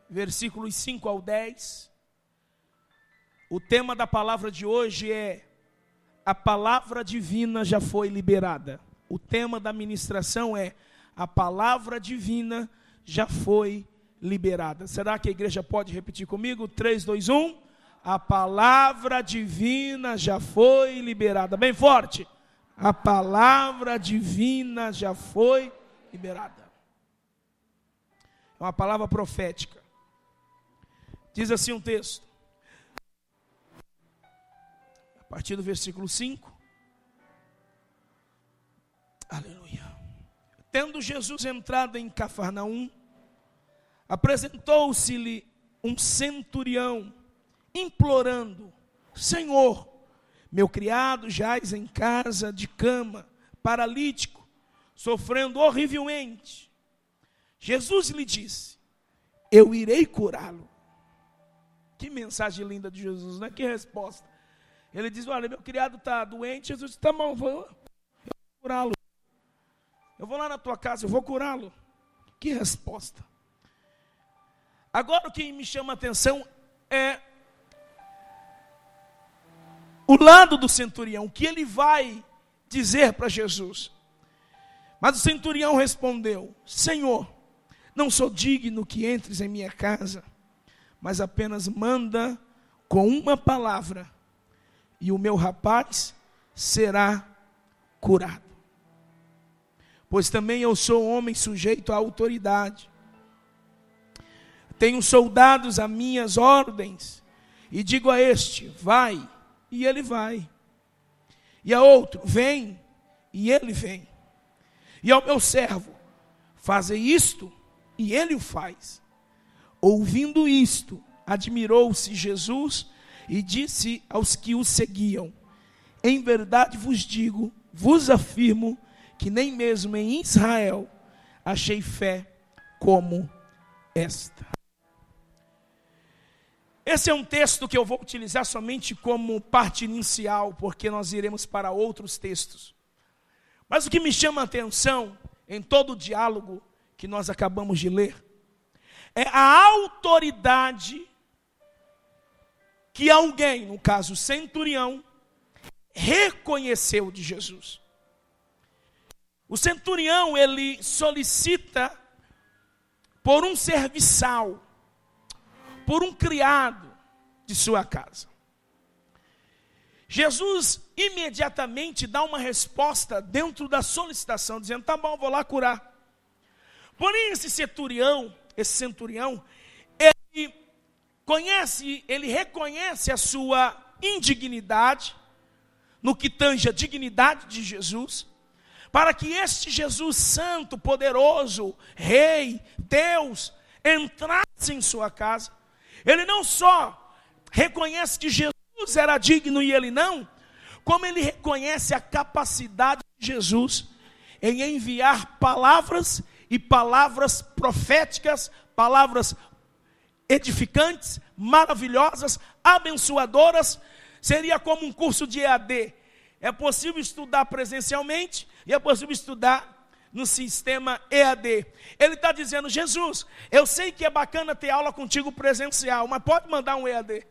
versículos 5 ao 10. O tema da palavra de hoje é: a palavra divina já foi liberada. O tema da ministração é: a palavra divina já foi liberada. Será que a igreja pode repetir comigo? 3, 2, 1. A palavra divina já foi liberada. Bem forte. A palavra divina já foi liberada. É uma palavra profética. Diz assim um texto, a partir do versículo 5. Aleluia. Tendo Jesus entrado em Cafarnaum, apresentou-se-lhe um centurião, implorando: Senhor, meu criado jaz em casa de cama, paralítico, sofrendo horrivelmente. Jesus lhe disse: eu irei curá-lo. Que mensagem linda de Jesus, né? Que resposta. Ele diz: olha, meu criado está doente. Jesus disse: tá bom, eu vou curá-lo. Eu vou lá na tua casa, eu vou curá-lo. Que resposta. Agora o que me chama a atenção é o lado do centurião, o que ele vai dizer para Jesus. Mas o centurião respondeu: Senhor, não sou digno que entres em minha casa, mas apenas manda com uma palavra, e o meu rapaz será curado. Pois também eu sou homem sujeito à autoridade. Tenho soldados a minhas ordens, e digo a este: vai, e ele vai. E a outro: vem, e ele vem. E ao meu servo: faze isto, e ele o faz. Ouvindo isto, admirou-se Jesus e disse aos que o seguiam: em verdade vos digo, vos afirmo, que nem mesmo em Israel achei fé como esta. Esse é um texto que eu vou utilizar somente como parte inicial, porque nós iremos para outros textos. Mas o que me chama a atenção em todo o diálogo que nós acabamos de ler é a autoridade que alguém, no caso o centurião, reconheceu de Jesus. O centurião, ele solicita por um serviçal, por um criado de sua casa. Jesus imediatamente dá uma resposta dentro da solicitação, dizendo: tá bom, vou lá curar. Porém, esse centurião, ele reconhece a sua indignidade, no que tange a dignidade de Jesus, para que este Jesus santo, poderoso, Rei, Deus, entrasse em sua casa. Ele não só reconhece que Jesus era digno e ele não, como ele reconhece a capacidade de Jesus em enviar palavras e palavras proféticas, palavras edificantes, maravilhosas, abençoadoras. Seria como um curso de EAD. É possível estudar presencialmente e é possível estudar no sistema EAD. Ele está dizendo: Jesus, eu sei que é bacana ter aula contigo presencial, mas pode mandar um EAD.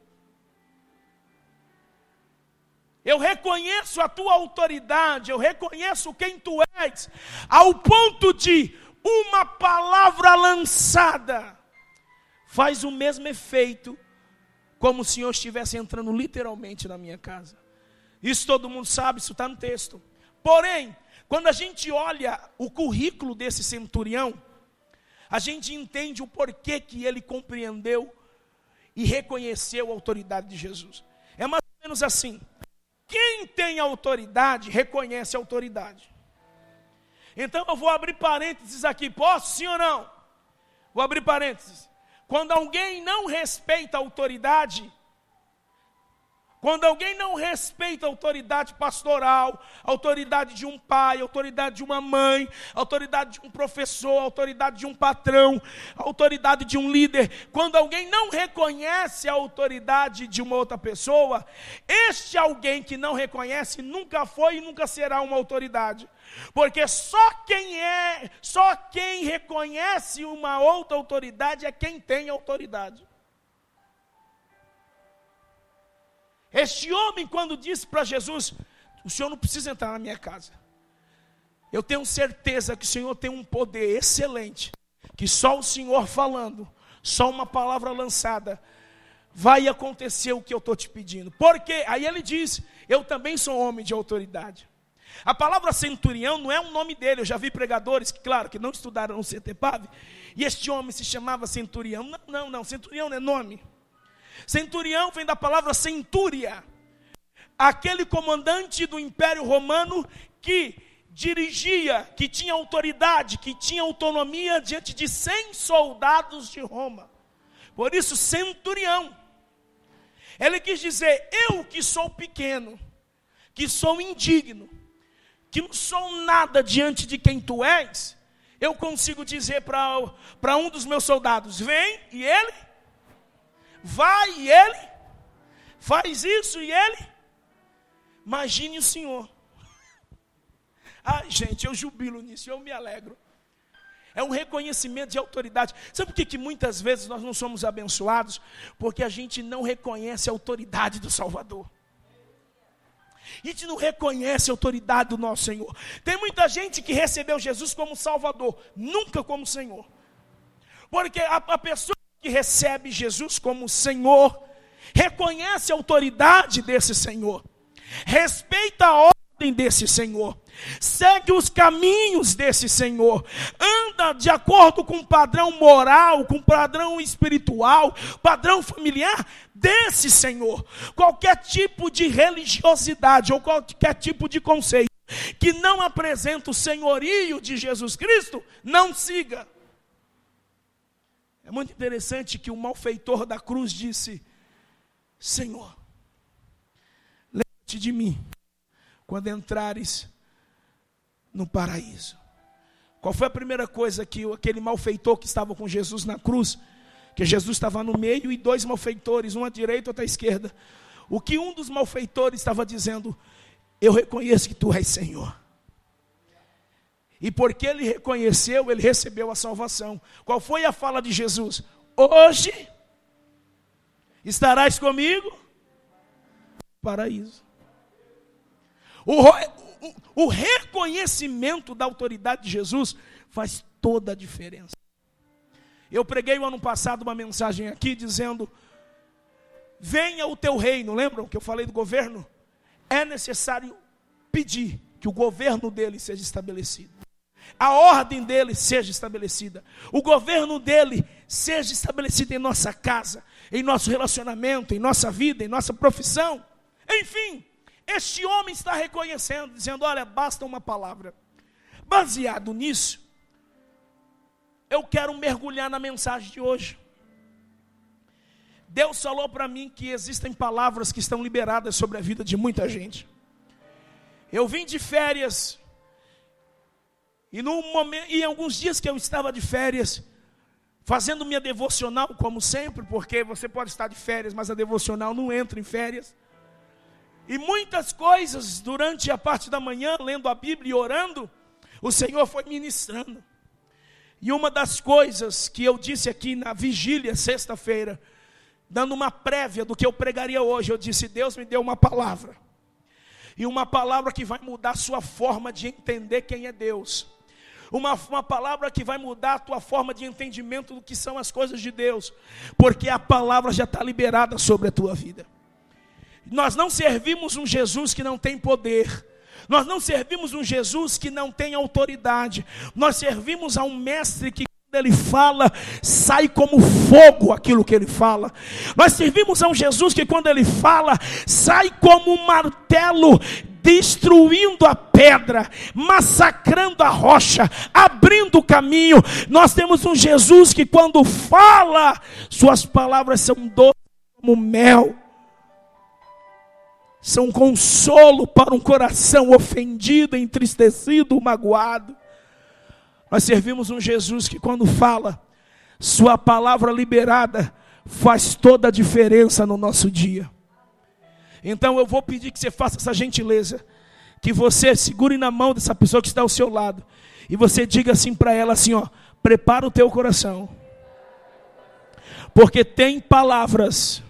Eu reconheço a tua autoridade, eu reconheço quem tu és, ao ponto de uma palavra lançada faz o mesmo efeito como se o Senhor estivesse entrando literalmente na minha casa. Isso todo mundo sabe, isso está no texto. Porém, quando a gente olha o currículo desse centurião, a gente entende o porquê que ele compreendeu e reconheceu a autoridade de Jesus. É mais ou menos assim: quem tem autoridade, reconhece a autoridade. Então eu vou abrir parênteses aqui, posso sim ou não? Vou abrir parênteses. Quando alguém não respeita a autoridade, Quando alguém não respeita a autoridade pastoral, a autoridade de um pai, a autoridade de uma mãe, a autoridade de um professor, a autoridade de um patrão, a autoridade de um líder, quando alguém não reconhece a autoridade de uma outra pessoa, este alguém que não reconhece nunca foi e nunca será uma autoridade. Porque só quem reconhece uma outra autoridade é quem tem autoridade. Este homem, quando disse para Jesus: o Senhor não precisa entrar na minha casa, eu tenho certeza que o Senhor tem um poder excelente, que só o Senhor falando, só uma palavra lançada, vai acontecer o que eu estou te pedindo. Porque, aí ele diz: eu também sou homem de autoridade. A palavra centurião não é um nome dele. Eu já vi pregadores que, claro, que não estudaram no CETEPAV, e este homem se chamava centurião. Não, centurião não é nome. Centurião vem da palavra centúria, aquele comandante do Império Romano que dirigia, que tinha autoridade, que tinha autonomia diante de 100 soldados de Roma. Por isso, centurião. Ele quis dizer: eu que sou pequeno, que sou indigno, que não sou nada diante de quem tu és, eu consigo dizer para um dos meus soldados: vem, e ele vai, e ele faz isso, e ele. Imagine o Senhor. Ai, gente, eu jubilo nisso, eu me alegro. É um reconhecimento de autoridade. Sabe por que muitas vezes nós não somos abençoados? Porque a gente não reconhece a autoridade do Salvador. A gente não reconhece a autoridade do nosso Senhor. Tem muita gente que recebeu Jesus como Salvador, nunca como Senhor. Porque a pessoa que recebe Jesus como Senhor reconhece a autoridade desse Senhor, respeita a ordem desse Senhor, segue os caminhos desse Senhor, anda de acordo com o padrão moral, com o padrão espiritual, padrão familiar desse Senhor. Qualquer tipo de religiosidade ou qualquer tipo de conceito que não apresenta o senhorio de Jesus Cristo, não siga. É muito interessante que o malfeitor da cruz disse: Senhor, lembra-te de mim quando entrares no paraíso. Qual foi a primeira coisa que aquele malfeitor que estava com Jesus na cruz, que Jesus estava no meio e 2 malfeitores, um à direita e outro à esquerda, o que um dos malfeitores estava dizendo: eu reconheço que tu és Senhor. E porque ele reconheceu, ele recebeu a salvação. Qual foi a fala de Jesus? Hoje estarás comigo no paraíso. O reconhecimento da autoridade de Jesus faz toda a diferença. Eu preguei o ano passado uma mensagem aqui dizendo: venha o teu reino. Lembram que eu falei do governo? É necessário pedir que o governo dele seja estabelecido, a ordem dele seja estabelecida, o governo dele seja estabelecido em nossa casa, em nosso relacionamento, em nossa vida, em nossa profissão. Enfim, este homem está reconhecendo, dizendo: olha, basta uma palavra. Baseado nisso, eu quero mergulhar na mensagem de hoje. Deus falou para mim que existem palavras que estão liberadas sobre a vida de muita gente. Eu vim de férias, e em alguns dias que eu estava de férias, fazendo minha devocional, como sempre, porque você pode estar de férias, mas a devocional não entra em férias. E muitas coisas, durante a parte da manhã, lendo a Bíblia e orando, o Senhor foi ministrando. E uma das coisas que eu disse aqui na vigília, sexta-feira, dando uma prévia do que eu pregaria hoje, eu disse: Deus me deu uma palavra. E uma palavra que vai mudar a sua forma de entender quem é Deus. Uma palavra que vai mudar a tua forma de entendimento do que são as coisas de Deus. Porque a palavra já está liberada sobre a tua vida. Nós não servimos um Jesus que não tem poder. Nós não servimos um Jesus que não tem autoridade. Nós servimos a um mestre que, quando ele fala, sai como fogo aquilo que ele fala. Nós servimos a um Jesus que, quando ele fala, sai como um martelo, destruindo a pedra, massacrando a rocha, abrindo o caminho. Nós temos um Jesus que, quando fala, suas palavras são doces como mel. são consolo para um coração ofendido, entristecido, magoado. Nós servimos um Jesus que, quando fala, sua palavra liberada faz toda a diferença no nosso dia. Então eu vou pedir que você faça essa gentileza, que você segure na mão dessa pessoa que está ao seu lado, e você diga assim para ela assim, ó: prepara o teu coração, porque tem palavras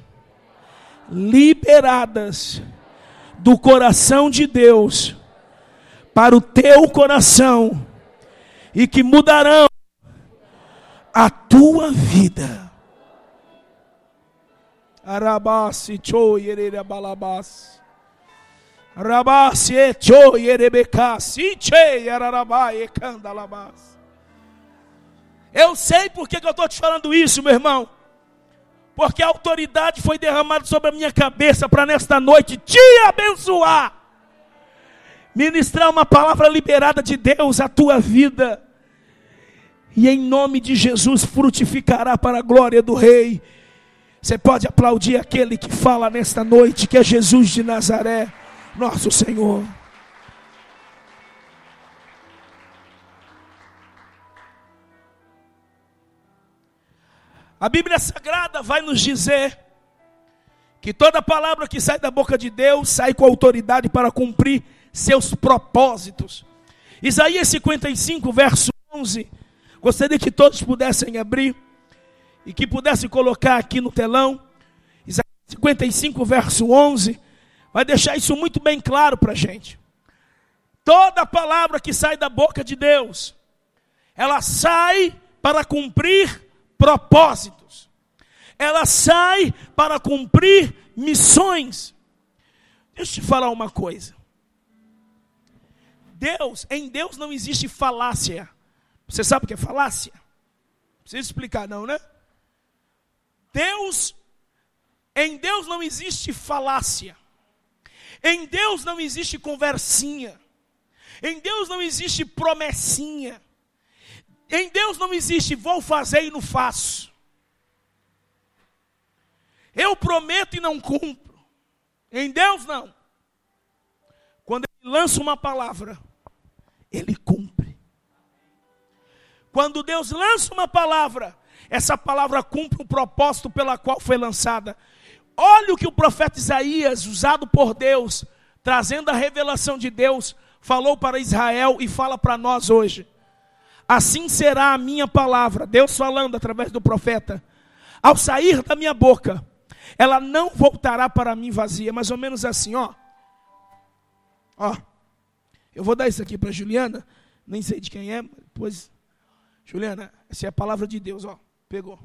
liberadas do coração de Deus para o teu coração, e que mudarão a tua vida. Arabasi choyere balabas. Rabasi choyere becasi che ararabai candalabas. Eu sei por que eu estou te falando isso, meu irmão. Porque a autoridade foi derramada sobre a minha cabeça para nesta noite te abençoar. Ministrar uma palavra liberada de Deus à tua vida. E em nome de Jesus frutificará para a glória do Rei. Você pode aplaudir aquele que fala nesta noite, que é Jesus de Nazaré, nosso Senhor. A Bíblia Sagrada vai nos dizer que toda palavra que sai da boca de Deus sai com autoridade para cumprir seus propósitos. Isaías 55, verso 11. Gostaria que todos pudessem abrir e que pudessem colocar aqui no telão. Isaías 55, verso 11, vai deixar isso muito bem claro para a gente. Toda palavra que sai da boca de Deus, ela sai para cumprir propósitos. Ela sai para cumprir missões. Deixa eu te falar uma coisa. Em Deus não existe falácia. Você sabe o que é falácia? Não precisa explicar não, né? Em Deus não existe falácia. Em Deus não existe conversinha. Em Deus não existe promessinha. Em Deus não existe vou fazer e não faço. Eu prometo e não cumpro. Em Deus não. Quando Ele lança uma palavra, Ele cumpre. Quando Deus lança uma palavra, essa palavra cumpre o propósito pela qual foi lançada. Olha o que o profeta Isaías, usado por Deus, trazendo a revelação de Deus, falou para Israel e fala para nós hoje. Assim será a minha palavra, Deus falando através do profeta, ao sair da minha boca, ela não voltará para mim vazia. Mais ou menos assim, ó. Eu vou dar isso aqui para Juliana, nem sei de quem é, depois... Juliana, essa é a palavra de Deus, ó. Pegou.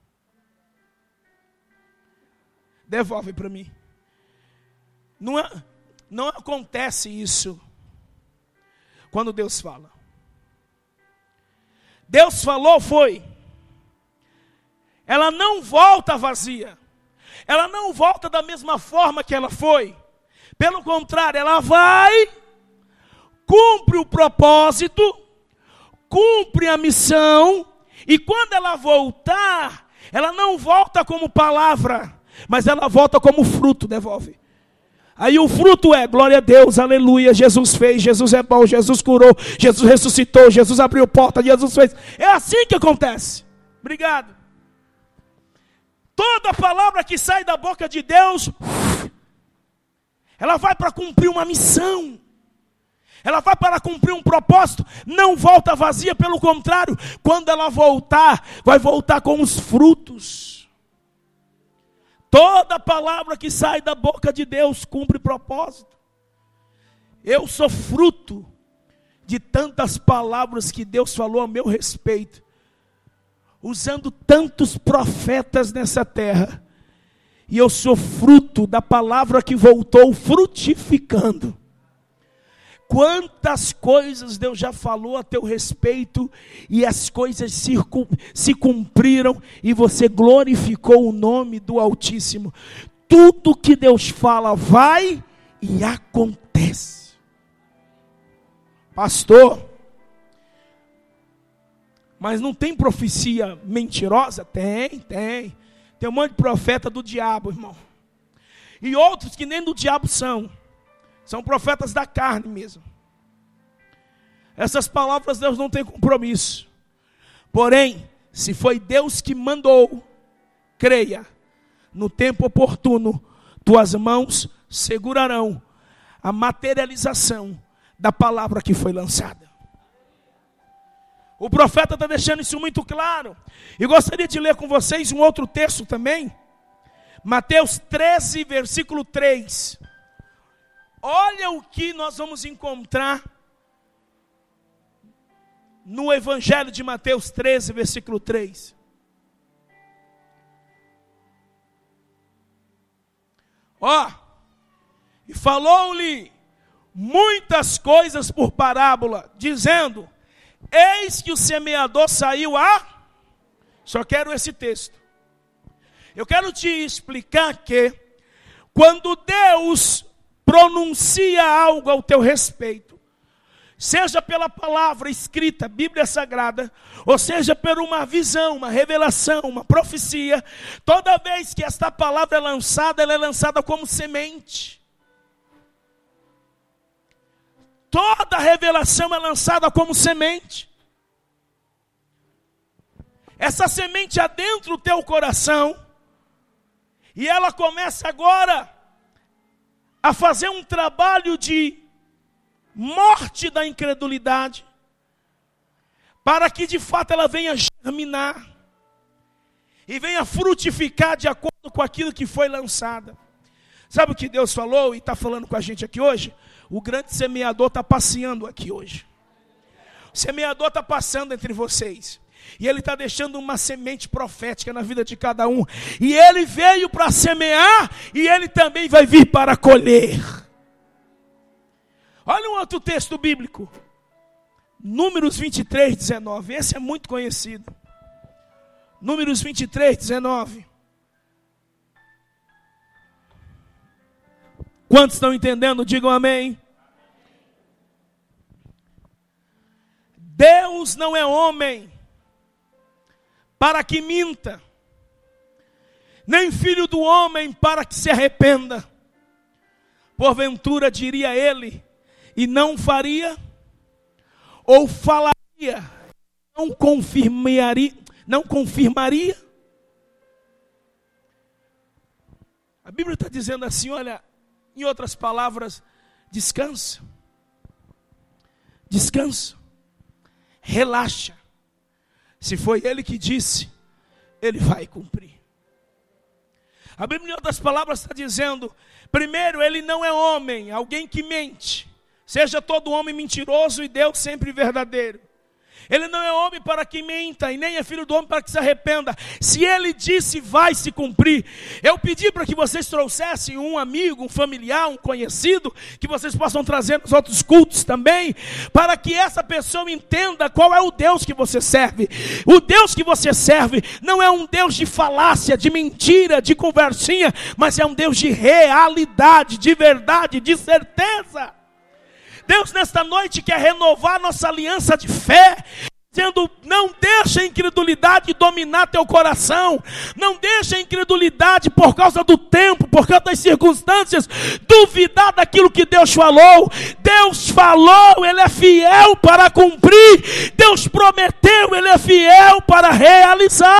Devolve para mim. Não acontece isso quando Deus fala. Deus falou, foi. Ela não volta vazia. Ela não volta da mesma forma que ela foi. Pelo contrário, ela vai, cumpre o propósito, cumpre a missão, e quando ela voltar, ela não volta como palavra, mas ela volta como fruto. Devolve. Aí o fruto é, glória a Deus, aleluia, Jesus fez, Jesus é bom, Jesus curou, Jesus ressuscitou, Jesus abriu porta, Jesus fez. É assim que acontece. Obrigado. Toda palavra que sai da boca de Deus, ela vai para cumprir uma missão. Ela vai para cumprir um propósito, não volta vazia, pelo contrário, quando ela voltar, vai voltar com os frutos. Toda palavra que sai da boca de Deus cumpre propósito. Eu sou fruto de tantas palavras que Deus falou a meu respeito, usando tantos profetas nessa terra, e eu sou fruto da palavra que voltou frutificando. Quantas coisas Deus já falou a teu respeito, e as coisas se cumpriram, e você glorificou o nome do Altíssimo. Tudo que Deus fala vai e acontece. Pastor, mas não tem profecia mentirosa? Tem um monte de profeta do diabo, irmão. e outros que nem do diabo são profetas da carne mesmo. Essas palavras Deus não tem compromisso. Porém, se foi Deus que mandou, creia, no tempo oportuno, tuas mãos segurarão a materialização da palavra que foi lançada. O profeta está deixando isso muito claro. E gostaria de ler com vocês um outro texto também. Mateus 13, versículo 3. Olha o que nós vamos encontrar no Evangelho de Mateus 13, versículo 3. E falou-lhe muitas coisas por parábola, dizendo: eis que o semeador saiu Só quero esse texto. Eu quero te explicar que, quando Deus pronuncia algo ao teu respeito, seja pela palavra escrita, Bíblia Sagrada, ou seja por uma visão, uma revelação, uma profecia, toda vez que esta palavra é lançada, ela é lançada como semente. Toda revelação é lançada como semente. Essa semente adentra o teu coração, e ela começa agora a fazer um trabalho de morte da incredulidade, para que de fato ela venha germinar e venha frutificar de acordo com aquilo que foi lançada. Sabe o que Deus falou e está falando com a gente aqui hoje? O grande semeador está passeando aqui hoje. O semeador está passando entre vocês. E ele está deixando uma semente profética na vida de cada um. E ele veio para semear, e ele também vai vir para colher. Olha um outro texto bíblico. Números 23, 19. Esse é muito conhecido. Números 23, 19. Quantos estão entendendo? Digam amém. Deus não é homem para que minta, nem filho do homem para que se arrependa. Porventura diria ele, e não faria, ou falaria, não confirmaria. A Bíblia está dizendo assim, olha, em outras palavras, descansa, relaxa. Se foi ele que disse, ele vai cumprir. A Bíblia, em outras palavras, está dizendo, primeiro, ele não é homem, alguém que mente. Seja todo homem mentiroso e Deus sempre verdadeiro. Ele não é homem para que minta, e nem é filho do homem para que se arrependa. Se ele disse, vai se cumprir. Eu pedi para que vocês trouxessem um amigo, um familiar, um conhecido, que vocês possam trazer nos outros cultos também, para que essa pessoa entenda qual é o Deus que você serve. O Deus que você serve não é um Deus de falácia, de mentira, de conversinha, mas é um Deus de realidade, de verdade, de certeza. Deus nesta noite quer renovar nossa aliança de fé, dizendo, não deixe a incredulidade dominar teu coração, não deixe a incredulidade por causa do tempo, por causa das circunstâncias, duvidar daquilo que Deus falou. Deus falou, Ele é fiel para cumprir. Deus prometeu, Ele é fiel para realizar.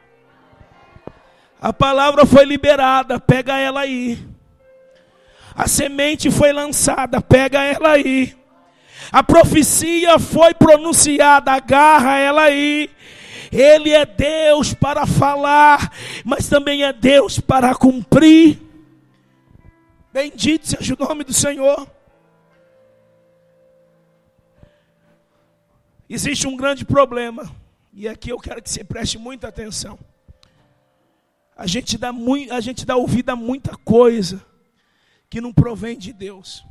A palavra foi liberada, pega ela aí. A semente foi lançada, pega ela aí. A profecia foi pronunciada, agarra ela aí. Ele é Deus para falar, mas também é Deus para cumprir. Bendito seja o nome do Senhor. Existe um grande problema, e aqui eu quero que você preste muita atenção. A gente dá ouvido a muita coisa que não provém de Deus.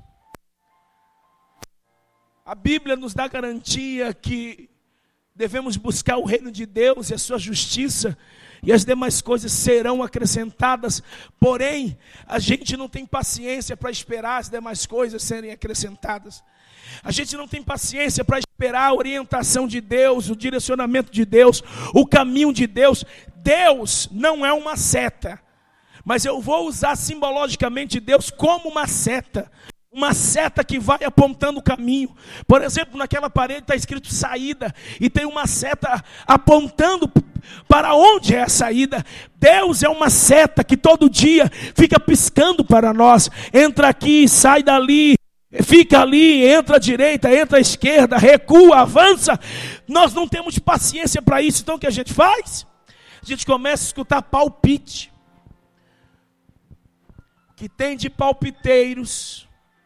A Bíblia nos dá garantia que devemos buscar o reino de Deus e a sua justiça, e as demais coisas serão acrescentadas. Porém, a gente não tem paciência para esperar as demais coisas serem acrescentadas. A gente não tem paciência para esperar a orientação de Deus, o direcionamento de Deus, o caminho de Deus. Deus não é uma seta. Mas eu vou usar simbologicamente Deus como uma seta. Uma seta que vai apontando o caminho. Por exemplo, naquela parede está escrito saída. E tem uma seta apontando para onde é a saída. Deus é uma seta que todo dia fica piscando para nós. Entra aqui, sai dali. Fica ali, entra à direita, entra à esquerda, recua, avança. Nós não temos paciência para isso. Então o que a gente faz? A gente começa a escutar palpite. Que tem de palpiteiros.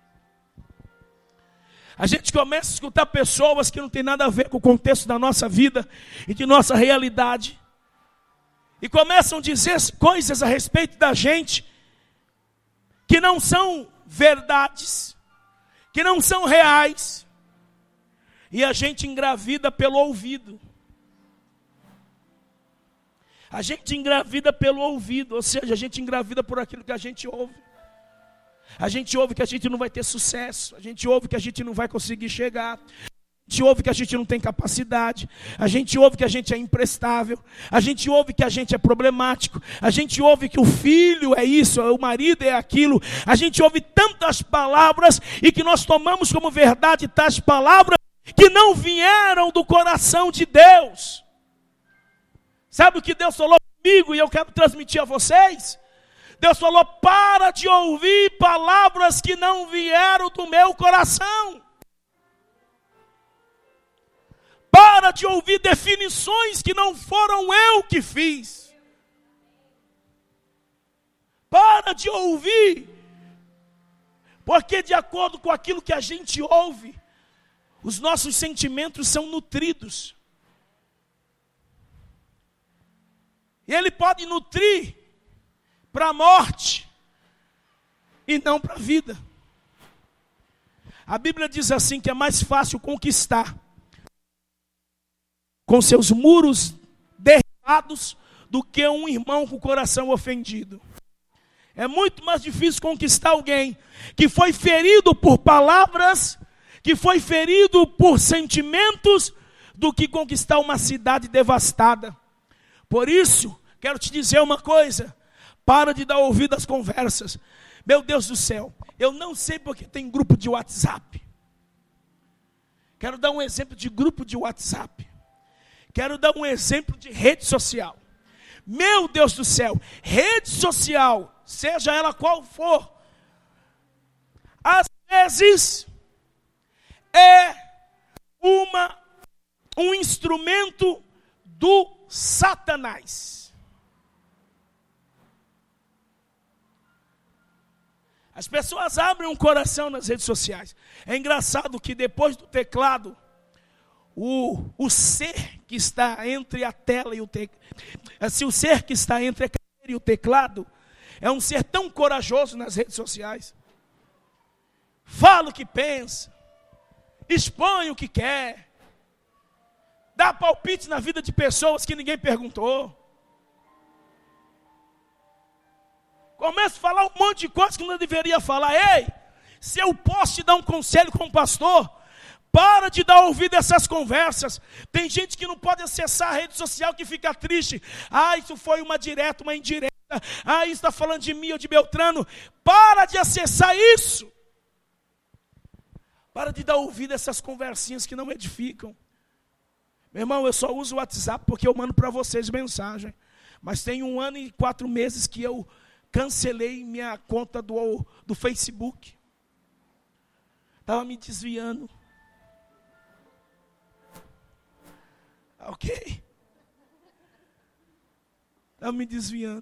A gente começa a escutar pessoas que não tem nada a ver com o contexto da nossa vida e de nossa realidade. E começam a dizer coisas a respeito da gente que não são verdades, que não são reais. E a gente engravida pelo ouvido. A gente engravida pelo ouvido, ou seja, a gente engravida por aquilo que a gente ouve. A gente ouve que a gente não vai ter sucesso. A gente ouve que a gente não vai conseguir chegar. A gente ouve que a gente não tem capacidade. A gente ouve que a gente é imprestável. A gente ouve que a gente é problemático. A gente ouve que o filho é isso, o marido é aquilo. A gente ouve tantas palavras e que nós tomamos como verdade tais palavras que não vieram do coração de Deus. Sabe o que Deus falou comigo e eu quero transmitir a vocês? Deus falou, para de ouvir palavras que não vieram do meu coração. Para de ouvir definições que não foram eu que fiz. Para de ouvir. Porque de acordo com aquilo que a gente ouve, os nossos sentimentos são nutridos. E ele pode nutrir para a morte e não para a vida. A Bíblia diz assim que é mais fácil conquistar com seus muros derribados do que um irmão com o coração ofendido. É muito mais difícil conquistar alguém que foi ferido por palavras, que foi ferido por sentimentos, do que conquistar uma cidade devastada. Por isso, quero te dizer uma coisa. Para de dar ouvido às conversas. Meu Deus do céu, eu não sei porque tem grupo de WhatsApp. Quero dar um exemplo de grupo de WhatsApp. Quero dar um exemplo de rede social. Meu Deus do céu, rede social, seja ela qual for, às vezes é um instrumento do Satanás. As pessoas abrem um coração nas redes sociais. É engraçado que depois do teclado, o ser que está entre a tela e o teclado, assim, o ser que está entre a cadeira e o teclado, é um ser tão corajoso nas redes sociais. Fala o que pensa, expõe o que quer, dá palpite na vida de pessoas que ninguém perguntou. Começa a falar um monte de coisas que não deveria falar. Ei, se eu posso te dar um conselho como pastor, para de dar ouvido a essas conversas. Tem gente que não pode acessar a rede social que fica triste. Ah, isso foi uma direta, uma indireta. Ah, isso está falando de mim ou de Beltrano. Para de acessar isso. Para de dar ouvido a essas conversinhas que não edificam. Meu irmão, eu só uso o WhatsApp porque eu mando para vocês mensagem. Mas tem 1 ano e 4 meses que eu cancelei minha conta do Facebook. Estava me desviando. Ok? Estava me desviando.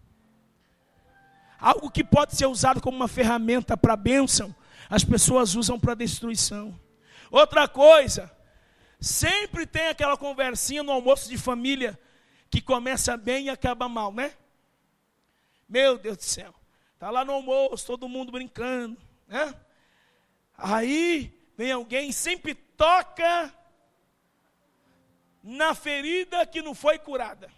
Algo que pode ser usado como uma ferramenta para bênção, as pessoas usam para destruição. Outra coisa, sempre tem aquela conversinha no almoço de família que começa bem e acaba mal, né? Meu Deus do céu, está lá no almoço, todo mundo brincando, né? Aí vem alguém e sempre toca na ferida que não foi curada.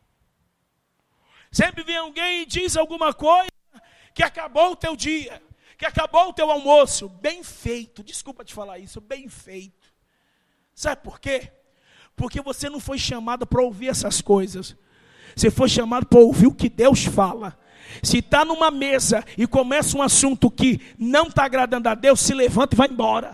Sempre vem alguém e diz alguma coisa que acabou o teu dia, que acabou o teu almoço. Bem feito, desculpa te falar isso, bem feito. Sabe por quê? Porque você não foi chamado para ouvir essas coisas. Você foi chamado para ouvir o que Deus fala. Se está numa mesa e começa um assunto que não está agradando a Deus, se levanta e vai embora.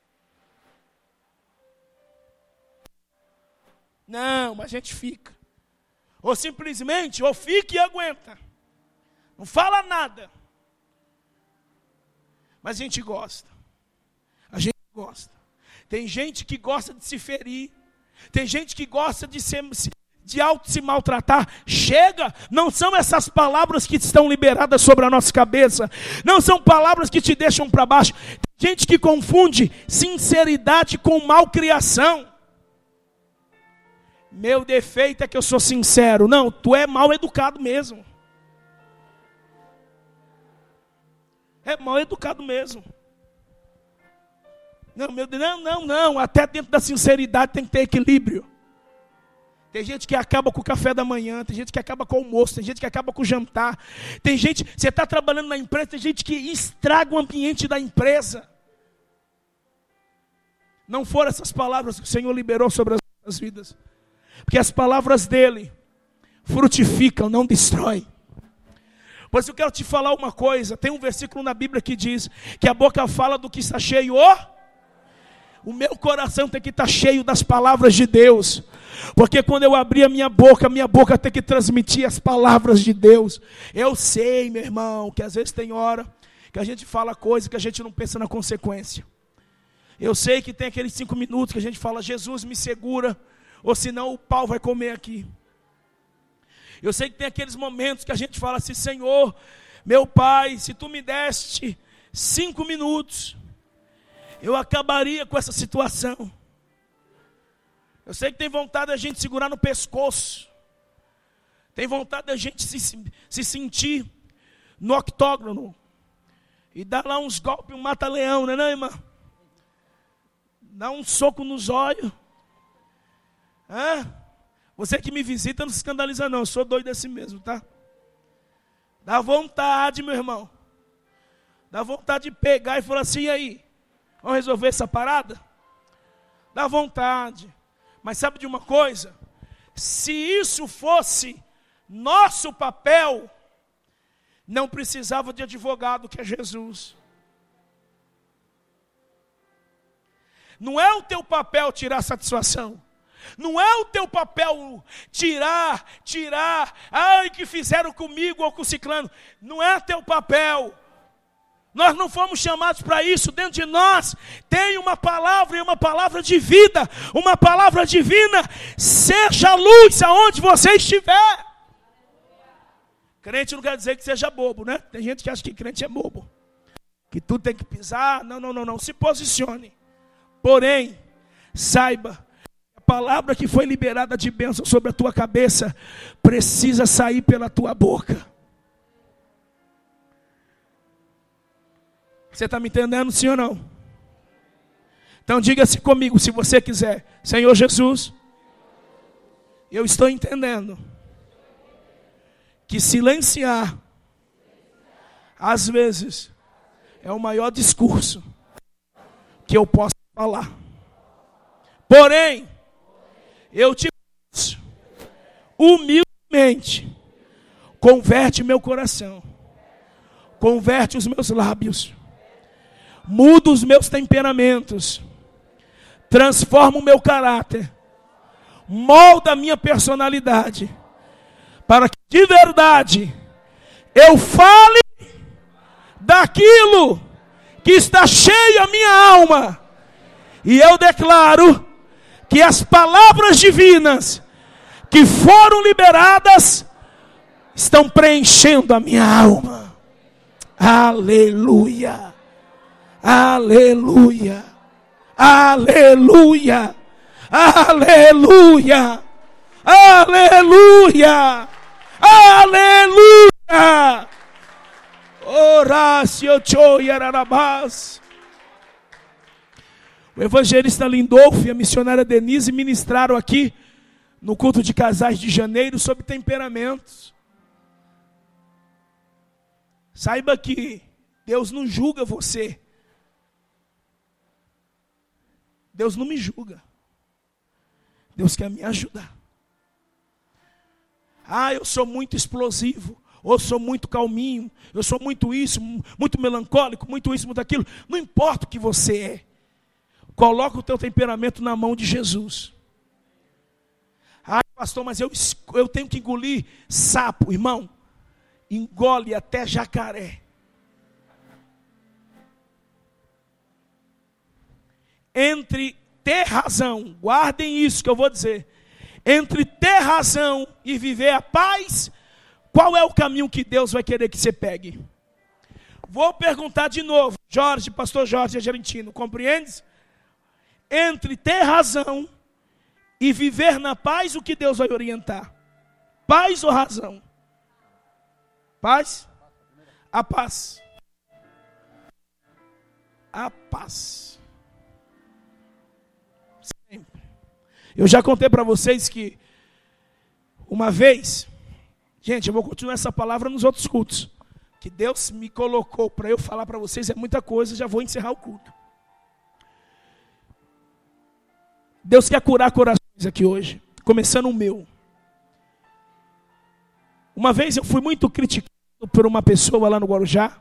Não, a gente fica. Ou simplesmente, ou fica e aguenta. Não fala nada. Mas a gente gosta. A gente gosta. Tem gente que gosta de se ferir. Tem gente que gosta de auto se maltratar. Chega, não são essas palavras que estão liberadas sobre a nossa cabeça. Não são palavras que te deixam para baixo. Tem gente que confunde sinceridade com malcriação. Meu defeito é que eu sou sincero. Não, tu é mal educado mesmo. É mal educado mesmo. Não, meu Deus, não. Até dentro da sinceridade tem que ter equilíbrio. Tem gente que acaba com o café da manhã, tem gente que acaba com o almoço, tem gente que acaba com o jantar. Tem gente, você está trabalhando na empresa, tem gente que estraga o ambiente da empresa. Não foram essas palavras que o Senhor liberou sobre as nossas vidas. Porque as palavras dele frutificam, não destroem. Pois eu quero te falar uma coisa. Tem um versículo na Bíblia que diz que a boca fala do que está cheio. O meu coração tem que estar cheio das palavras de Deus. Porque quando eu abrir a minha boca tem que transmitir as palavras de Deus. Eu sei, meu irmão, que às vezes tem hora que a gente fala coisa que a gente não pensa na consequência. Eu sei que tem aqueles 5 minutos que a gente fala, Jesus me segura, ou senão o pau vai comer aqui. Eu sei que tem aqueles momentos que a gente fala assim, Senhor, meu Pai, se tu me deste 5 minutos, eu acabaria com essa situação. Eu sei que tem vontade da gente segurar no pescoço. Tem vontade da gente se sentir no octógono. E dar lá uns golpes, um mata-leão, né, irmã? Dá um soco nos olhos. Você que me visita não se escandaliza não, eu sou doido assim mesmo, tá? Dá vontade, meu irmão. Dá vontade de pegar e falar assim, e aí? Vamos resolver essa parada? Dá vontade. Mas sabe de uma coisa? Se isso fosse nosso papel, não precisava de advogado, que é Jesus. Não é o teu papel tirar satisfação. Não é o teu papel tirar, ai, que fizeram comigo ou com o ciclano. Não é teu papel. Nós não fomos chamados para isso. Dentro de nós tem uma palavra, e uma palavra de vida, uma palavra divina. Seja luz aonde você estiver. Crente não quer dizer que seja bobo, né? Tem gente que acha que crente é bobo, que tudo tem que pisar. Não, se posicione. Porém, saiba, a palavra que foi liberada de bênção sobre a tua cabeça precisa sair pela tua boca. Você está me entendendo, sim ou não? Então diga-se comigo, se você quiser. Senhor Jesus, eu estou entendendo que silenciar, às vezes, é o maior discurso que eu posso falar. Porém, eu te peço, humildemente, converte meu coração, converte os meus lábios, muda os meus temperamentos, transforma o meu caráter, molda a minha personalidade, para que de verdade eu fale daquilo que está cheio a minha alma. E eu declaro que as palavras divinas que foram liberadas estão preenchendo a minha alma. Aleluia. Aleluia. Aleluia. Aleluia. Aleluia. Aleluia. Horácio Choiarabás. O evangelista Lindolfo e a missionária Denise ministraram aqui no culto de casais de janeiro sobre temperamentos. Saiba que Deus não julga você. Deus não me julga. Deus quer me ajudar. Eu sou muito explosivo. ou sou muito calminho, eu sou muito isso, muito melancólico, muito isso, muito aquilo. Não importa o que você é. Coloca o teu temperamento na mão de Jesus. Ah, pastor, mas eu tenho que engolir sapo. Irmão, engole até jacaré. Entre ter razão, guardem isso que eu vou dizer. Entre ter razão e viver a paz, qual é o caminho que Deus vai querer que você pegue? Vou perguntar de novo, pastor Jorge Gerentino, compreende? Entre ter razão e viver na paz, o que Deus vai orientar? Paz ou razão? Paz? A paz. A paz. Sempre. Eu já contei para vocês que uma vez, gente, eu vou continuar essa palavra nos outros cultos, que Deus me colocou para eu falar para vocês, é muita coisa, já vou encerrar o culto. Deus quer curar corações aqui hoje, começando o meu. Uma vez eu fui muito criticado por uma pessoa lá no Guarujá,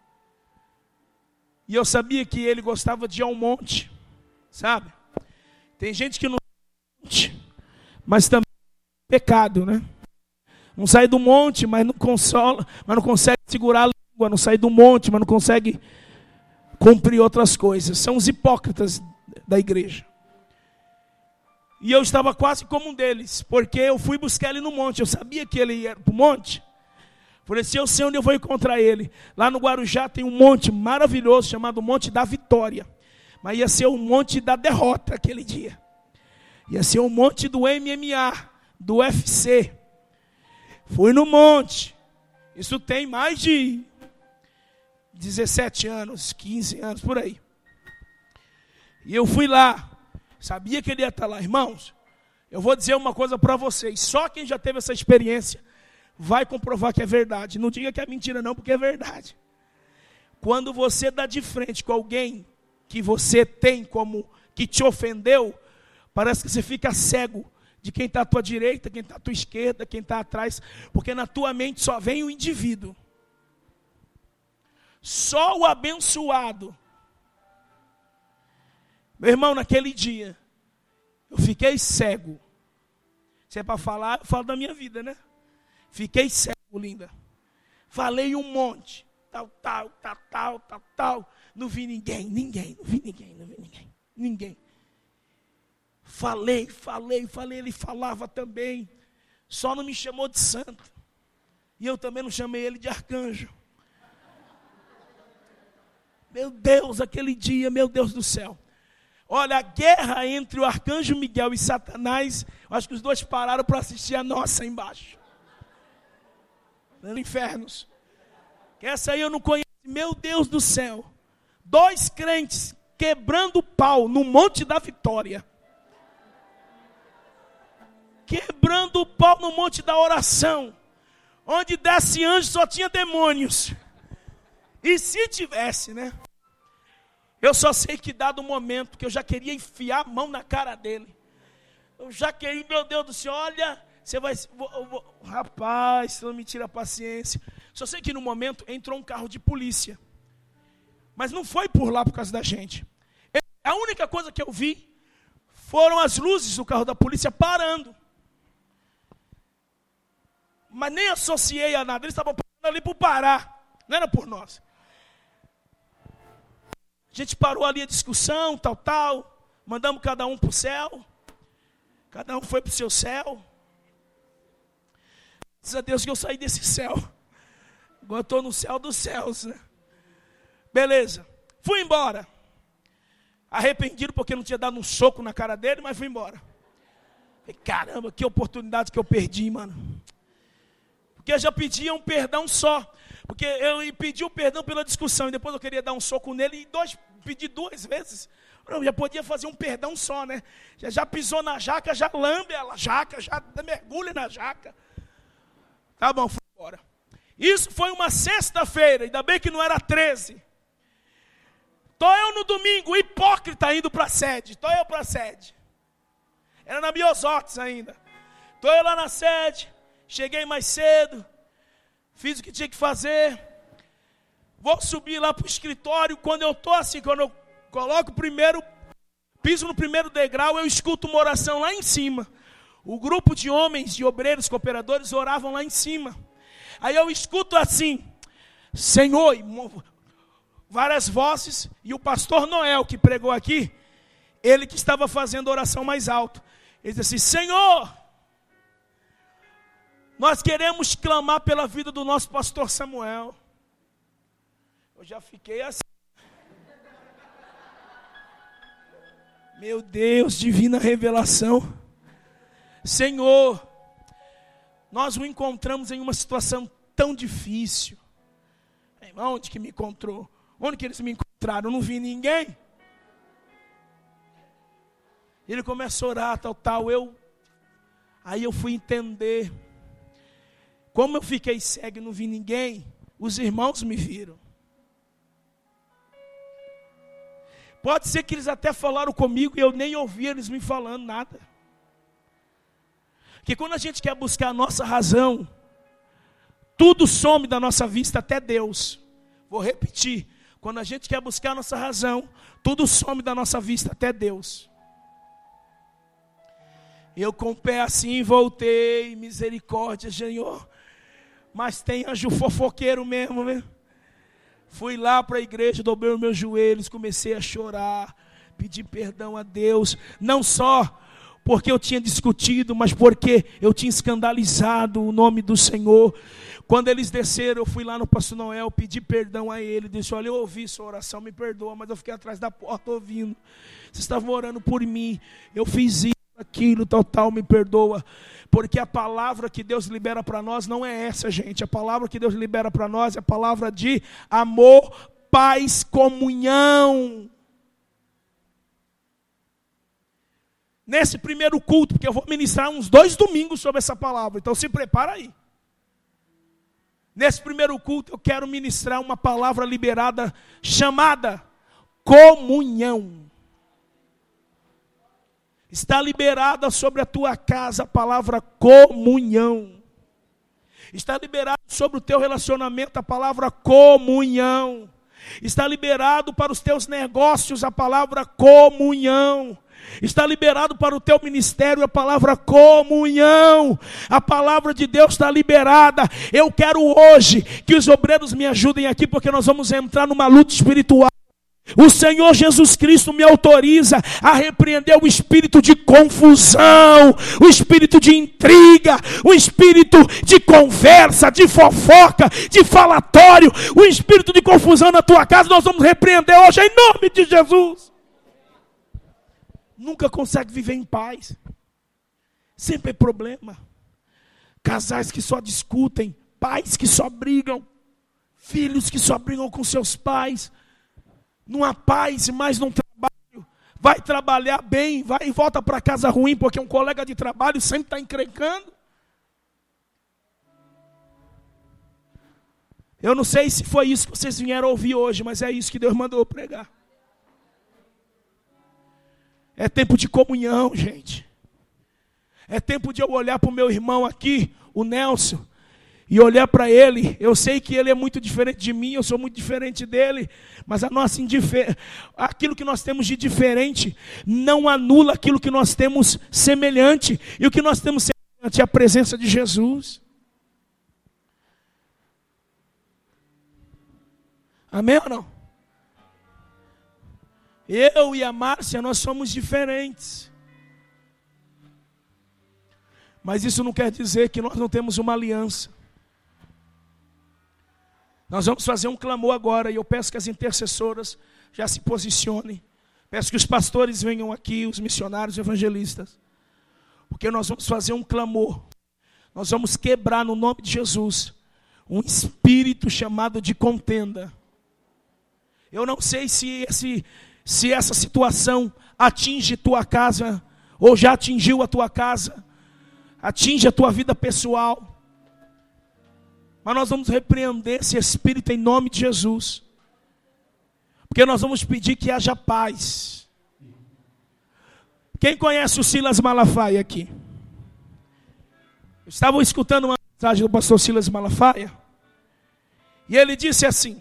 e eu sabia que ele gostava de ir ao monte, sabe? Tem gente que não monte, mas também é pecado, né? Não sai do monte, mas não consola, mas não consegue segurar a língua, não sai do monte, mas não consegue cumprir outras coisas. São os hipócritas da igreja. E eu estava quase como um deles, porque eu fui buscar ele no monte. Eu sabia que ele ia para o monte. Falei assim, eu sei onde eu vou encontrar ele. Lá no Guarujá tem um monte maravilhoso, chamado Monte da Vitória. Mas ia ser o monte da derrota aquele dia. Ia ser o monte do MMA, do UFC. Fui no monte. Isso tem mais de 17 anos, 15 anos, por aí. E eu fui lá. Sabia que ele ia estar lá. Irmãos, eu vou dizer uma coisa para vocês. Só quem já teve essa experiência vai comprovar que é verdade. Não diga que é mentira não, porque é verdade. Quando você dá de frente com alguém que você tem como que te ofendeu, parece que você fica cego de quem está à tua direita, quem está à tua esquerda, quem está atrás, porque na tua mente só vem o indivíduo. Só o abençoado. Meu irmão, naquele dia, eu fiquei cego. Se é para falar, eu falo da minha vida, né? Fiquei cego, linda. Falei um monte. Tal. Não vi ninguém. Ninguém. Falei. Ele falava também. Só não me chamou de santo. E eu também não chamei ele de arcanjo. Meu Deus, aquele dia, meu Deus do céu. Olha, a guerra entre o arcanjo Miguel e Satanás, acho que os dois pararam para assistir a nossa embaixo. Nos infernos. Que essa aí eu não conheço. Meu Deus do céu. 2 crentes quebrando o pau no Monte da Vitória. Quebrando o pau no Monte da Oração. Onde desce anjo só tinha demônios. E se tivesse, né? Eu só sei que dado o momento que eu já queria enfiar a mão na cara dele. Eu já queria, meu Deus do céu, olha, você vai... Rapaz, você não me tira a paciência. Só sei que no momento entrou um carro de polícia. Mas não foi por lá por causa da gente. A única coisa que eu vi foram as luzes do carro da polícia parando. Mas nem associei a nada. Eles estavam parando ali por parar. Não era por nós. A gente parou ali a discussão, tal. Mandamos cada um para o céu. Cada um foi para o seu céu. Graças a Deus que eu saí desse céu. Agora eu estou no céu dos céus, né? Beleza. Fui embora. Arrependido porque não tinha dado um soco na cara dele, mas fui embora. Falei, caramba, que oportunidade que eu perdi, mano. Porque eu já pedia um perdão só. Porque eu pedi o perdão pela discussão e depois eu queria dar um soco nele e pedi 2 vezes. Eu já podia fazer um perdão só, né? Já pisou na jaca, já lambe a jaca, já mergulha na jaca. Tá bom, fui embora. Isso foi uma sexta-feira, ainda bem que não era 13. Tô eu no domingo, hipócrita, indo para a sede. Tô eu para a sede. Era na Biosotes ainda. Tô eu lá na sede, cheguei mais cedo. Fiz o que tinha que fazer. Vou subir lá para o escritório. Quando eu estou assim, quando eu coloco o primeiro, piso no primeiro degrau, eu escuto uma oração lá em cima. O grupo de homens, de obreiros, cooperadores, oravam lá em cima. Aí eu escuto assim, Senhor, várias vozes, e o pastor Noel, que pregou aqui, ele que estava fazendo a oração mais alto. Ele disse assim, Senhor, nós queremos clamar pela vida do nosso pastor Samuel. Eu já fiquei assim. Meu Deus, divina revelação. Senhor, nós o encontramos em uma situação tão difícil. Onde que me encontrou? Onde que eles me encontraram? Eu não vi ninguém. Ele começou a orar, tal. Aí eu fui entender. Como eu fiquei cego e não vi ninguém, os irmãos me viram. Pode ser que eles até falaram comigo e eu nem ouvi eles me falando nada. Porque quando a gente quer buscar a nossa razão, tudo some da nossa vista, até Deus. Vou repetir. Quando a gente quer buscar a nossa razão, tudo some da nossa vista, até Deus. Eu com o pé assim voltei, misericórdia, Senhor. Mas tem anjo fofoqueiro mesmo, né? Fui lá para a igreja, dobrei os meus joelhos, comecei a chorar, pedir perdão a Deus. Não só porque eu tinha discutido, mas porque eu tinha escandalizado o nome do Senhor. Quando eles desceram, eu fui lá no pastor Noel, pedi perdão a ele, disse, olha, eu ouvi sua oração, me perdoa, mas eu fiquei atrás da porta ouvindo. Vocês estavam orando por mim, eu fiz isso, aquilo, tal, me perdoa. Porque a palavra que Deus libera para nós não é essa, gente. A palavra que Deus libera para nós é a palavra de amor, paz, comunhão. Nesse primeiro culto, porque eu vou ministrar uns 2 domingos sobre essa palavra, então se prepara aí. Nesse primeiro culto eu quero ministrar uma palavra liberada chamada comunhão. Está liberada sobre a tua casa a palavra comunhão. Está liberado sobre o teu relacionamento a palavra comunhão. Está liberado para os teus negócios a palavra comunhão. Está liberado para o teu ministério a palavra comunhão. A palavra de Deus está liberada. Eu quero hoje que os obreiros me ajudem aqui, porque nós vamos entrar numa luta espiritual. O Senhor Jesus Cristo me autoriza a repreender o espírito de confusão, o espírito de intriga, o espírito de conversa, de fofoca, de falatório, o espírito de confusão na tua casa. Nós vamos repreender hoje em nome de Jesus. Nunca consegue viver em paz. Sempre é problema. Casais que só discutem, pais que só brigam, filhos que só brigam com seus pais. Não há paz, mas não trabalho. Vai trabalhar bem, vai e volta para casa ruim, porque um colega de trabalho sempre está encrencando. Eu não sei se foi isso que vocês vieram ouvir hoje, mas é isso que Deus mandou eu pregar. É tempo de comunhão, gente. É tempo de eu olhar para o meu irmão aqui, o Nelson, e olhar para ele. Eu sei que ele é muito diferente de mim, eu sou muito diferente dele, mas a nossa aquilo que nós temos de diferente não anula aquilo que nós temos semelhante. E o que nós temos semelhante é a presença de Jesus. Amém ou não? Eu e a Márcia, nós somos diferentes. Mas isso não quer dizer que nós não temos uma aliança. Nós vamos fazer um clamor agora, e eu peço que as intercessoras já se posicionem. Peço que os pastores venham aqui, os missionários, os evangelistas. Porque nós vamos fazer um clamor. Nós vamos quebrar no nome de Jesus um espírito chamado de contenda. Eu não sei se essa situação atinge tua casa, ou já atingiu a tua casa, atinge a tua vida pessoal. Mas nós vamos repreender esse espírito em nome de Jesus. Porque nós vamos pedir que haja paz. Quem conhece o Silas Malafaia aqui? Eu estava escutando uma mensagem do pastor Silas Malafaia. E ele disse assim: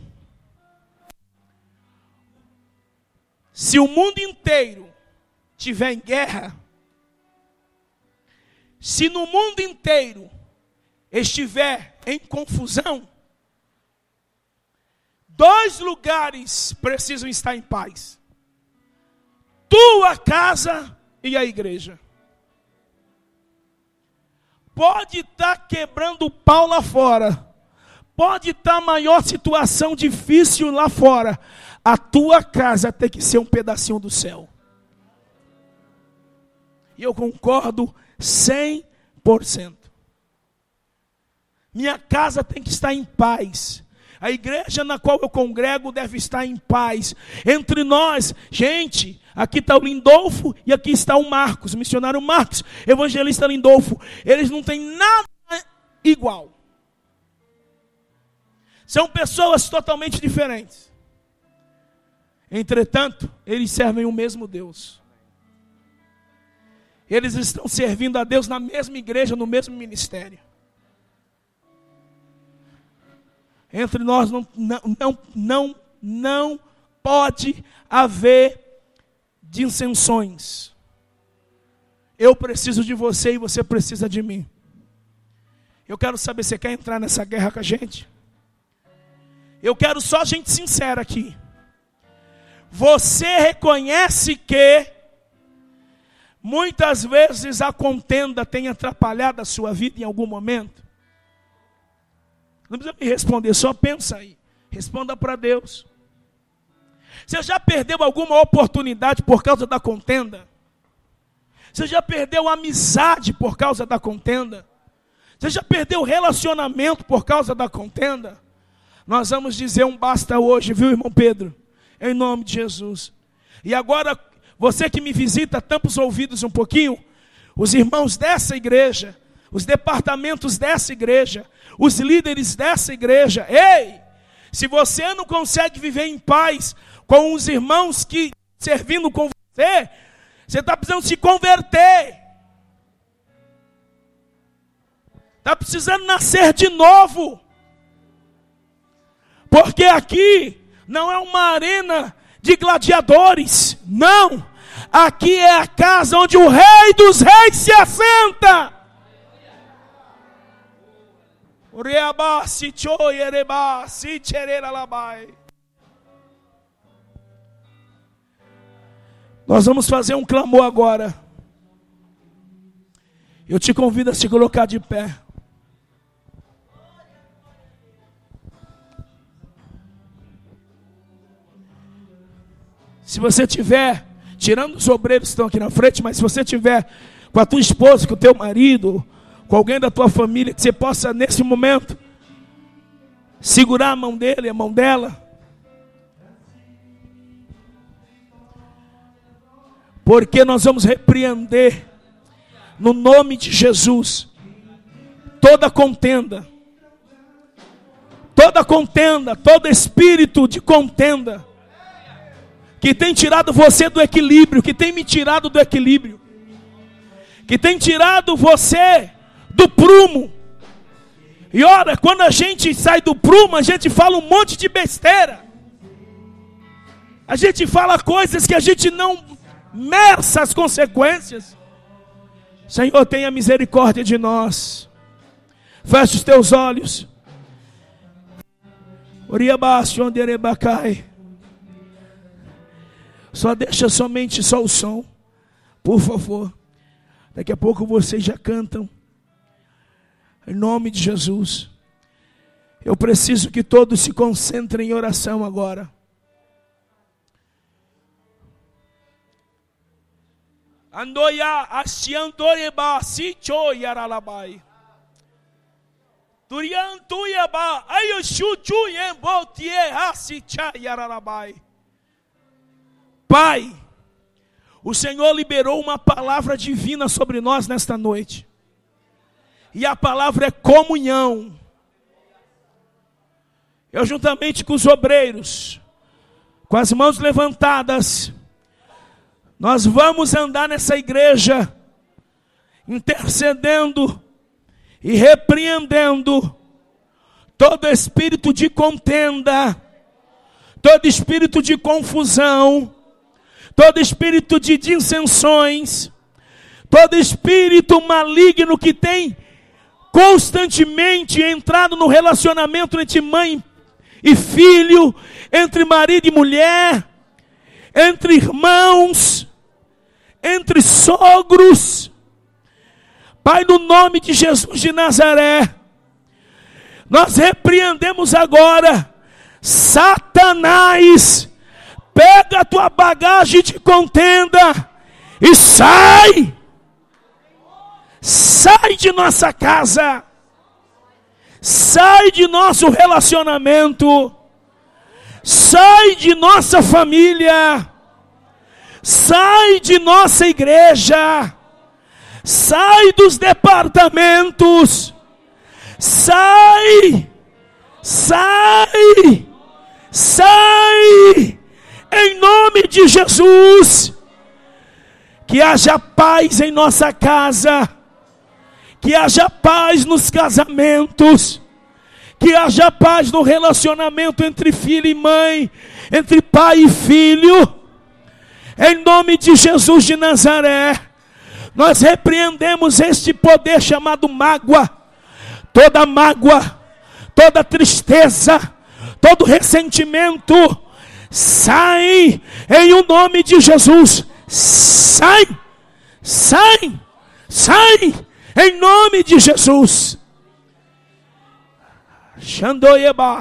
se o mundo inteiro estiver em guerra, se no mundo inteiro estiver em confusão, 2 lugares precisam estar em paz: tua casa e a igreja. Pode estar quebrando o pau lá fora, pode estar a maior situação difícil lá fora, a tua casa tem que ser um pedacinho do céu. E eu concordo 100%. Minha casa tem que estar em paz. A igreja na qual eu congrego deve estar em paz. Entre nós, gente, aqui está o Lindolfo e aqui está o Marcos, o missionário Marcos, evangelista Lindolfo. Eles não têm nada igual. São pessoas totalmente diferentes. Entretanto, eles servem o mesmo Deus. Eles estão servindo a Deus na mesma igreja, no mesmo ministério. Entre nós não pode haver dissensões. Eu preciso de você e você precisa de mim. Eu quero saber, você quer entrar nessa guerra com a gente? Eu quero só gente sincera aqui. Você reconhece que muitas vezes a contenda tem atrapalhado a sua vida em algum momento? Não precisa me responder, só pensa aí. Responda para Deus. Você já perdeu alguma oportunidade por causa da contenda? Você já perdeu amizade por causa da contenda? Você já perdeu relacionamento por causa da contenda? Nós vamos dizer um basta hoje, viu, irmão Pedro? Em nome de Jesus. E agora, você que me visita, tampa os ouvidos um pouquinho. Os irmãos dessa igreja, os departamentos dessa igreja, os líderes dessa igreja. Ei, se você não consegue viver em paz com os irmãos que servindo com você, você está precisando se converter. Está precisando nascer de novo. Porque aqui não é uma arena de gladiadores. Não. Aqui é a casa onde o Rei dos Reis se assenta. Nós vamos fazer um clamor agora. Eu te convido a se colocar de pé. Se você tiver, tirando os obreiros que estão aqui na frente, mas se você tiver com a tua esposa, com o teu marido, com alguém da tua família, que você possa nesse momento segurar a mão dele, a mão dela. Porque nós vamos repreender no nome de Jesus toda contenda, todo espírito de contenda que tem tirado você do equilíbrio, que tem me tirado do equilíbrio, que tem tirado você do prumo. E ora, quando a gente sai do prumo, a gente fala um monte de besteira. A gente fala coisas que a gente não merça as consequências. Senhor, tenha misericórdia de nós. Feche os teus olhos. Só deixa somente só o som, por favor. Daqui a pouco vocês já cantam. Em nome de Jesus. Eu preciso que todos se concentrem em oração agora. Andoia asiandoreba sicho yaralabai. Turian tuyaba ayushuchu yembotie hasicha yaralabai. Pai, o Senhor liberou uma palavra divina sobre nós nesta noite. E a palavra é comunhão. Eu juntamente com os obreiros, com as mãos levantadas, nós vamos andar nessa igreja, intercedendo e repreendendo todo espírito de contenda, todo espírito de confusão, todo espírito de dissensões, todo espírito maligno que tem constantemente entrado no relacionamento entre mãe e filho, entre marido e mulher, entre irmãos, entre sogros. Pai, no nome de Jesus de Nazaré, nós repreendemos agora, Satanás, pega a tua bagagem de contenda e sai! Sai de nossa casa, sai de nosso relacionamento, sai de nossa família, sai de nossa igreja, sai dos departamentos, sai, em nome de Jesus. Que haja paz em nossa casa, que haja paz nos casamentos, que haja paz no relacionamento entre filho e mãe, entre pai e filho, em nome de Jesus de Nazaré. Nós repreendemos este poder chamado mágoa, toda tristeza, todo ressentimento, sai em o nome de Jesus, sai, em nome de Jesus. Xandoieba,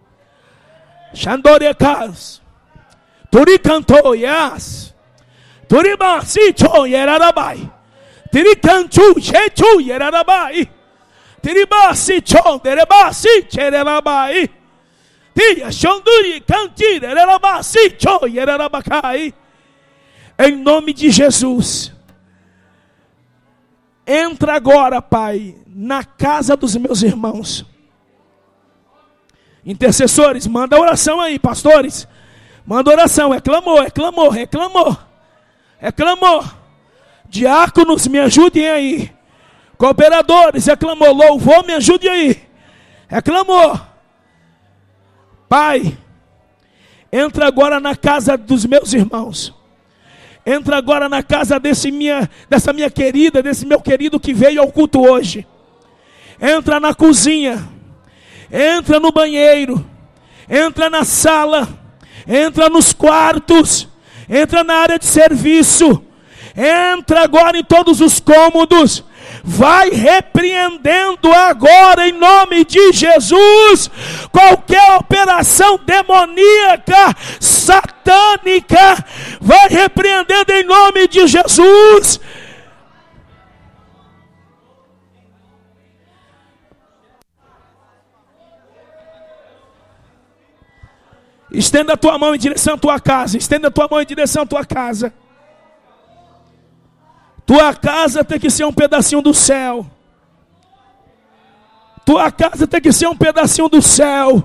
Xandorekas, Turicantoias, Turibasi Choyerabai, Tiricanchu Chechu Yerabai, Tiribasi Chonderebasi Chererabai, Tia Xonduri Cantirerabasi Choyerabai. Em nome de Jesus, entra agora, Pai, na casa dos meus irmãos. Intercessores, manda oração aí, pastores. Manda oração, é clamor. Diáconos, me ajudem aí. Cooperadores, é clamor. Louvor, me ajudem aí. É clamor. Pai, entra agora na casa dos meus irmãos. Entra agora na casa dessa minha querida, desse meu querido que veio ao culto hoje. Entra na cozinha, entra no banheiro, entra na sala, entra nos quartos, entra na área de serviço, entra agora em todos os cômodos. Vai repreendendo agora em nome de Jesus qualquer operação demoníaca, satânica. Vai repreendendo em nome de Jesus. Estenda a tua mão em direção à tua casa. Estenda a tua mão em direção à tua casa. Tua casa tem que ser um pedacinho do céu. Tua casa tem que ser um pedacinho do céu.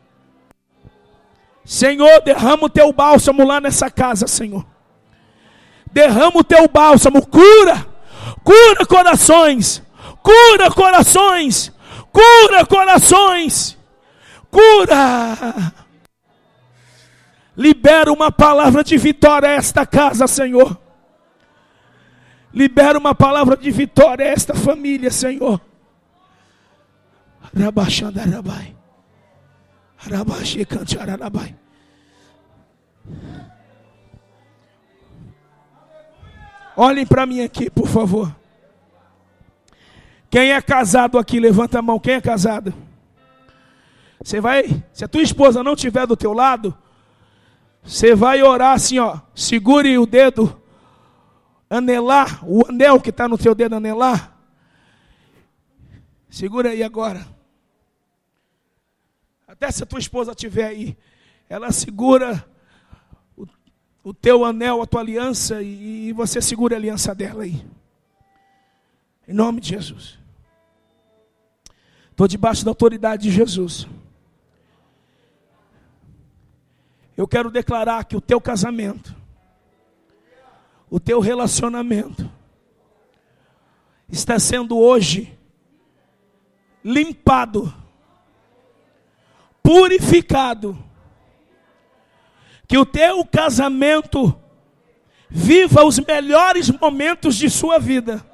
Senhor, derrama o teu bálsamo lá nessa casa, Senhor. Derrama o teu bálsamo, cura corações, cura corações, cura. Libera uma palavra de vitória a esta casa, Senhor. Libera uma palavra de vitória a esta família, Senhor. Rabaxandarabai. Rabaxecantiararabai. Olhem para mim aqui, por favor. Quem é casado aqui, levanta a mão. Quem é casado? Se a tua esposa não estiver do teu lado, você vai orar assim, ó. Segure o dedo, anelar, o anel que está no teu dedo, anelar. Segura aí agora. Até se a tua esposa estiver aí, ela segura o teu anel, a tua aliança, e você segura a aliança dela aí. Em nome de Jesus. Estou debaixo da autoridade de Jesus. Eu quero declarar que o teu casamento, o teu relacionamento, está sendo hoje limpado purificado. Que o teu casamento viva os melhores momentos de sua vida.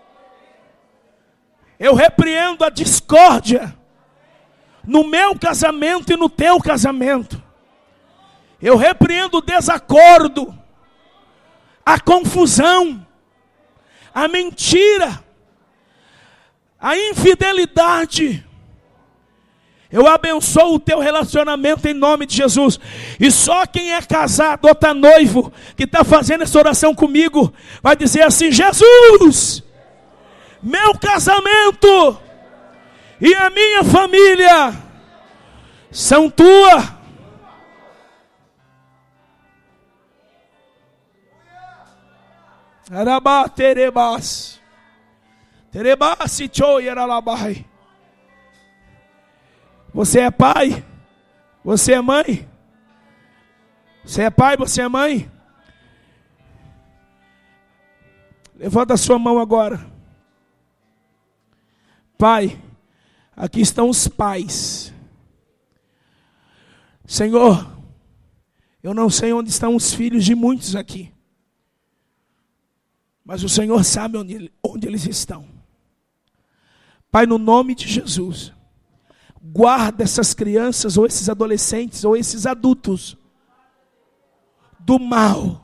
Eu repreendo a discórdia no meu casamento e no teu casamento. Eu repreendo o desacordo, a confusão, a mentira, a infidelidade. Eu abençoo o teu relacionamento em nome de Jesus. E só quem é casado ou está noivo, que está fazendo essa oração comigo, vai dizer assim: Jesus, meu casamento e a minha família são tua. Arabá terebas. Terebas e choi aralabai. Você é pai? Você é mãe? Você é pai, você é mãe? Levanta a sua mão agora. Pai, aqui estão os pais. Senhor, eu não sei onde estão os filhos de muitos aqui, mas o Senhor sabe onde eles estão. Pai, no nome de Jesus, guarda essas crianças, ou esses adolescentes, ou esses adultos do mal.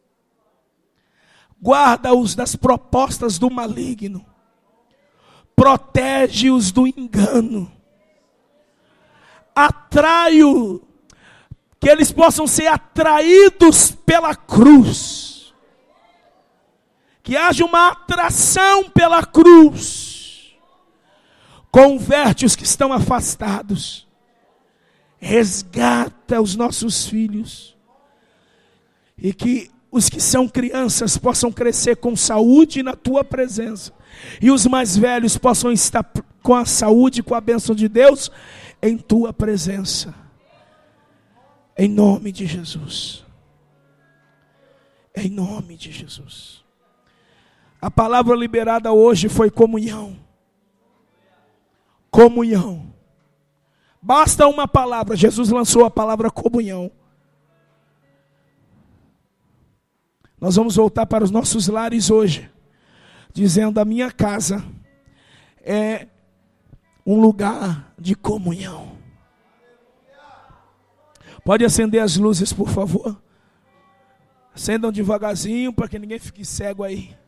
Guarda-os das propostas do maligno. Protege-os do engano. Atrai-os, que eles possam ser atraídos pela cruz. Que haja uma atração pela cruz. Converte os que estão afastados. Resgata os nossos filhos. E que os que são crianças possam crescer com saúde na tua presença. E os mais velhos possam estar com a saúde, com a bênção de Deus, em tua presença. Em nome de Jesus. Em nome de Jesus. A palavra liberada hoje foi comunhão. Comunhão. Basta uma palavra. Jesus lançou a palavra comunhão. Nós vamos voltar para os nossos lares hoje, dizendo: a minha casa é um lugar de comunhão. Pode acender as luzes, por favor. Acendam devagarzinho, para que ninguém fique cego aí.